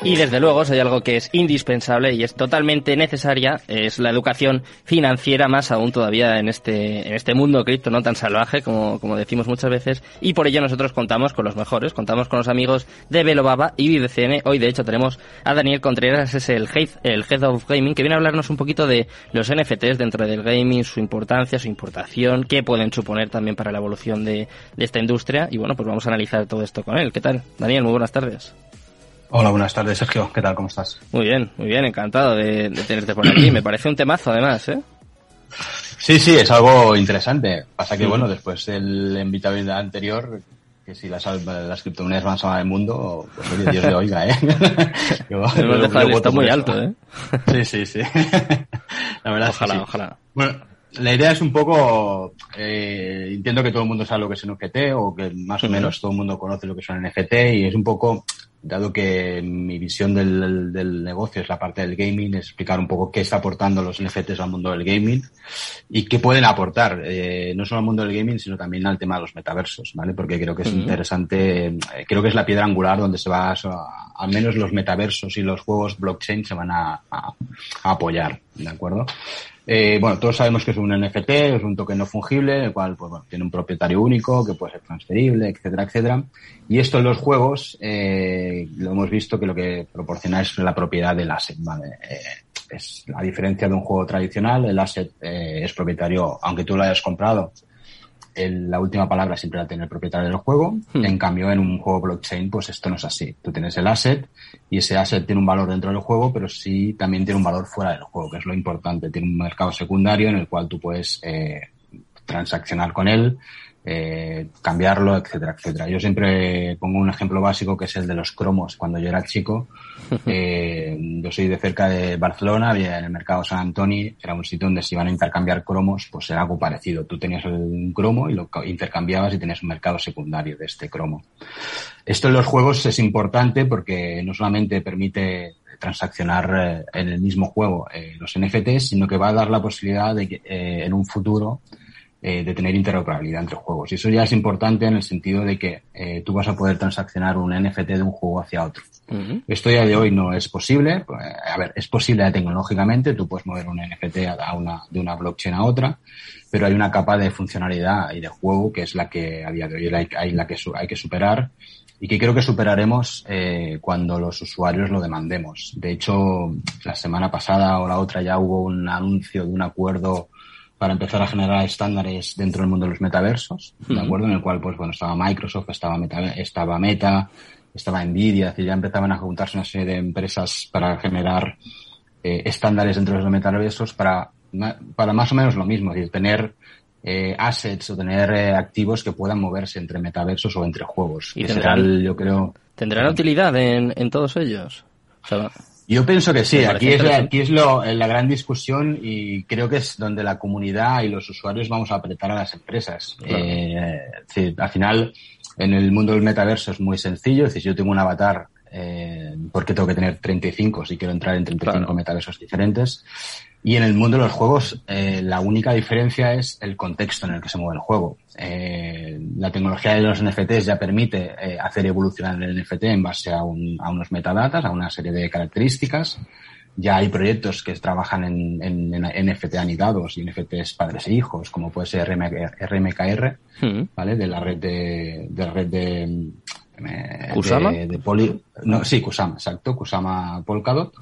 Y desde luego, si hay algo que es indispensable y es totalmente necesaria, es la educación financiera, más aún todavía en este mundo cripto no tan salvaje como decimos muchas veces, y por ello nosotros contamos con los mejores, contamos con los amigos de Velobaba y BitCN. Hoy de hecho tenemos a Daniel Contreras, es el Head of Gaming, que viene a hablarnos un poquito de los NFTs dentro del gaming, su importancia, su importación, qué pueden suponer también para la evolución de esta industria, y bueno, pues vamos a analizar todo esto con él. ¿Qué tal? Daniel, muy buenas tardes. Hola, buenas tardes, Sergio. ¿Qué tal? ¿Cómo estás? Muy bien, encantado de tenerte por aquí. Me parece un temazo, además, ¿eh? Sí, es algo interesante. Pasa que, bueno, después del invitado anterior, que si las criptomonedas van a salvar el mundo, pues oye, Dios le oiga, ¿eh? Hemos dejado el listón muy alto, ¿eh? Sí. La verdad ojalá, es que sí. Ojalá. Bueno, la idea es un poco, entiendo que todo el mundo sabe lo que es un NFT, o que más o menos todo el mundo conoce lo que es un NFT, y es un poco, dado que mi visión del negocio es la parte del gaming, es explicar un poco qué está aportando los NFTs al mundo del gaming y qué pueden aportar, no solo al mundo del gaming, sino también al tema de los metaversos, ¿vale? Porque creo que es interesante, creo que es la piedra angular donde se va, al menos los metaversos y los juegos blockchain se van a apoyar, ¿de acuerdo? Bueno, todos sabemos que es un NFT, es un token no fungible, el cual, pues bueno, tiene un propietario único que puede ser transferible, etcétera. Y esto en los juegos, lo hemos visto que lo que proporciona es la propiedad del asset, ¿vale? Es a diferencia de un juego tradicional, el asset es propietario, aunque tú lo hayas comprado. La última palabra siempre la tiene el propietario del juego. En cambio, en un juego blockchain, pues esto no es así. Tú tienes el asset y ese asset tiene un valor dentro del juego, pero sí también tiene un valor fuera del juego, que es lo importante. Tiene un mercado secundario en el cual tú puedes transaccionar con él, cambiarlo, etcétera. Yo siempre pongo un ejemplo básico que es el de los cromos. Cuando yo era chico, yo soy de cerca de Barcelona, había en el mercado Sant Antoni, era un sitio donde se iban a intercambiar cromos, pues era algo parecido. Tú tenías un cromo y lo intercambiabas y tenías un mercado secundario de este cromo. Esto en los juegos es importante porque no solamente permite transaccionar en el mismo juego los NFTs, sino que va a dar la posibilidad de que en un futuro de tener interoperabilidad entre juegos. Y eso ya es importante en el sentido de que tú vas a poder transaccionar un NFT de un juego hacia otro. Esto ya de hoy no es posible. A ver, es posible tecnológicamente, tú puedes mover un NFT de una blockchain a otra, pero hay una capa de funcionalidad y de juego que es la que a día de hoy hay que superar, y que creo que superaremos cuando los usuarios lo demandemos. De hecho, la semana pasada o la otra ya hubo un anuncio de un acuerdo para empezar a generar estándares dentro del mundo de los metaversos, ¿de acuerdo? En el cual, pues bueno, estaba Microsoft, estaba Meta, estaba Nvidia, es decir, ya empezaban a juntarse una serie de empresas para generar estándares dentro de los metaversos para más o menos lo mismo, es decir, tener assets o tener activos que puedan moverse entre metaversos o entre juegos. Y yo creo... ¿Tendrán utilidad en todos ellos? O sea, yo pienso que sí, aquí es la gran discusión, y creo que es donde la comunidad y los usuarios vamos a apretar a las empresas. Claro. Sí, al final, en el mundo del metaverso es muy sencillo, es decir, si yo tengo un avatar, ¿por qué tengo que tener 35 si quiero entrar en 35 metaversos diferentes? Y en el mundo de los juegos, la única diferencia es el contexto en el que se mueve el juego. La tecnología de los NFTs ya permite hacer evolucionar el NFT en base a unos metadatas, a una serie de características. Ya hay proyectos que trabajan en NFT anidados y NFTs padres e hijos, como puede ser RMKR, ¿vale? De la red de ¿Kusama? Kusama, exacto, Kusama Polkadot.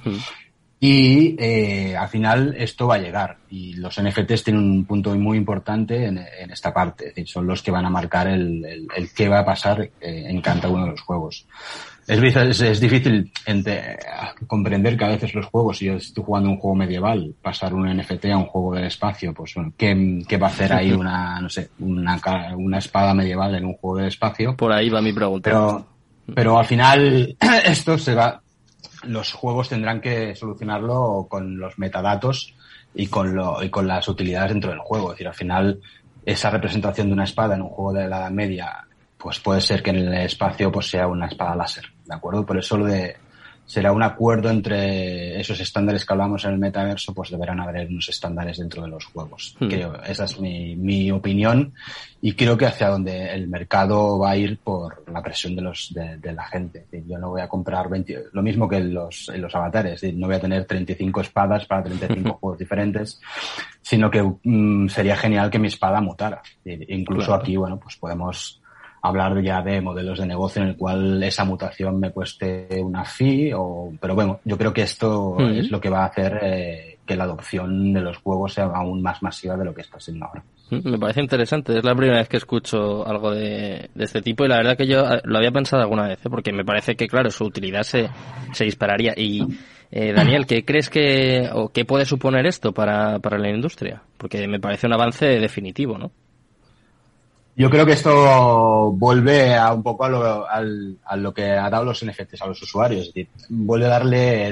Y al final esto va a llegar, y los NFTs tienen un punto muy importante en esta parte, es decir, son los que van a marcar el qué va a pasar en cada uno de los juegos. Es difícil comprender que a veces los juegos, si yo estoy jugando un juego medieval, pasar un NFT a un juego del espacio, pues bueno, ¿qué va a hacer ahí una espada medieval en un juego del espacio? Por ahí va mi pregunta. Pero al final esto los juegos tendrán que solucionarlo con los metadatos y con las utilidades dentro del juego. Es decir, al final, esa representación de una espada en un juego de la Edad Media, pues puede ser que en el espacio pues sea una espada láser, ¿de acuerdo? Por eso será un acuerdo entre esos estándares que hablamos en el metaverso, pues deberán haber unos estándares dentro de los juegos. Creo, esa es mi opinión, y creo que hacia donde el mercado va a ir por la presión de la gente. Yo no voy a comprar lo mismo que en los avatares, no voy a tener 35 espadas para 35 juegos diferentes, sino que sería genial que mi espada mutara. Incluso claro. Aquí, bueno, pues podemos hablar ya de modelos de negocio en el cual esa mutación me cueste una fee, pero bueno, yo creo que esto es lo que va a hacer que la adopción de los juegos sea aún más masiva de lo que está siendo ahora. Me parece interesante, es la primera vez que escucho algo de este tipo, y la verdad que yo lo había pensado alguna vez, porque me parece que, claro, su utilidad se dispararía. Y Daniel, ¿qué crees o qué puede suponer esto para la industria? Porque me parece un avance definitivo, ¿no? Yo creo que esto vuelve un poco a lo que ha dado los NFTs a los usuarios. Es decir, vuelve a darle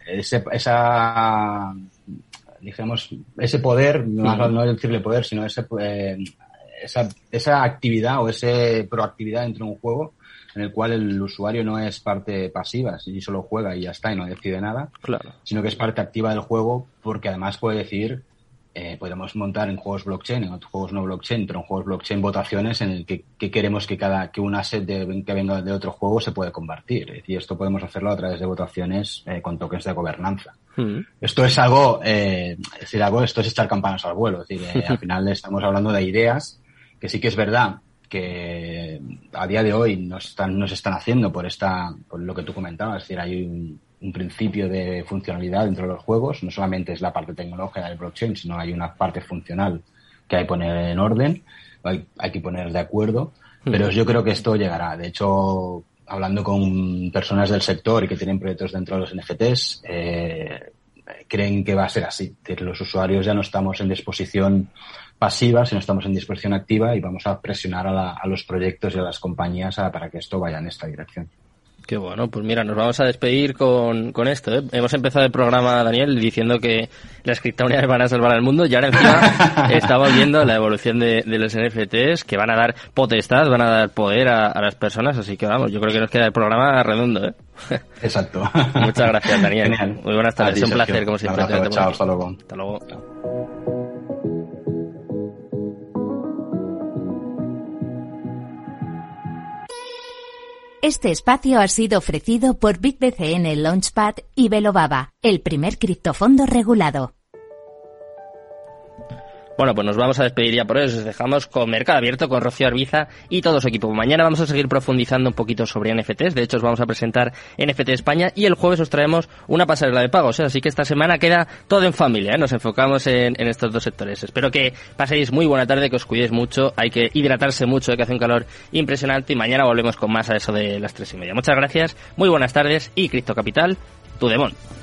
ese poder, no decirle poder, sino esa actividad o esa proactividad dentro de un juego en el cual el usuario no es parte pasiva y solo juega y ya está y no decide nada, claro, sino que es parte activa del juego, porque además puede decir... podemos montar en juegos blockchain, en otros juegos no blockchain, pero en juegos blockchain votaciones en el que queremos que un asset que venga de otro juego se puede convertir. Y esto podemos hacerlo a través de votaciones con tokens de gobernanza. Esto es algo, esto es echar campanas al vuelo. Es decir, al final estamos hablando de ideas que sí que es verdad que a día de hoy no se están haciendo por lo que tú comentabas. Es decir, hay un principio de funcionalidad dentro de los juegos, no solamente es la parte tecnológica del blockchain, sino hay una parte funcional que hay que poner en orden, hay que poner de acuerdo, pero yo creo que esto llegará. De hecho, hablando con personas del sector y que tienen proyectos dentro de los NFTs, creen que va a ser así. Es decir, los usuarios ya no estamos en disposición pasiva, sino estamos en disposición activa, y vamos a presionar a los proyectos y a las compañías para que esto vaya en esta dirección. Qué bueno, pues mira, nos vamos a despedir con esto, ¿eh? Hemos empezado el programa, Daniel, diciendo que las criptomonedas van a salvar al mundo, y ahora encima estamos viendo la evolución de los NFTs, que van a dar potestad, van a dar poder a las personas, así que vamos, yo creo que nos queda el programa redondo, ¿eh? Exacto. Muchas gracias, Daniel. Genial. Muy buenas tardes, es un placer, como siempre. Chao, hasta luego. Hasta luego. Este espacio ha sido ofrecido por BitBCN Launchpad y Velobaba, el primer criptofondo regulado. Bueno, pues nos vamos a despedir ya por eso. Os dejamos con Mercado Abierto, con Rocío Arbiza y todo su equipo. Mañana vamos a seguir profundizando un poquito sobre NFTs. De hecho, os vamos a presentar NFT España, y el jueves os traemos una pasarela de pagos, ¿eh? Así que esta semana queda todo en familia, ¿eh? Nos enfocamos en estos dos sectores. Espero que paséis muy buena tarde, que os cuidéis mucho. Hay que hidratarse mucho, que hace un calor impresionante, y mañana volvemos con más a eso de las 3:30. Muchas gracias, muy buenas tardes, y Cripto Capital, tu demon.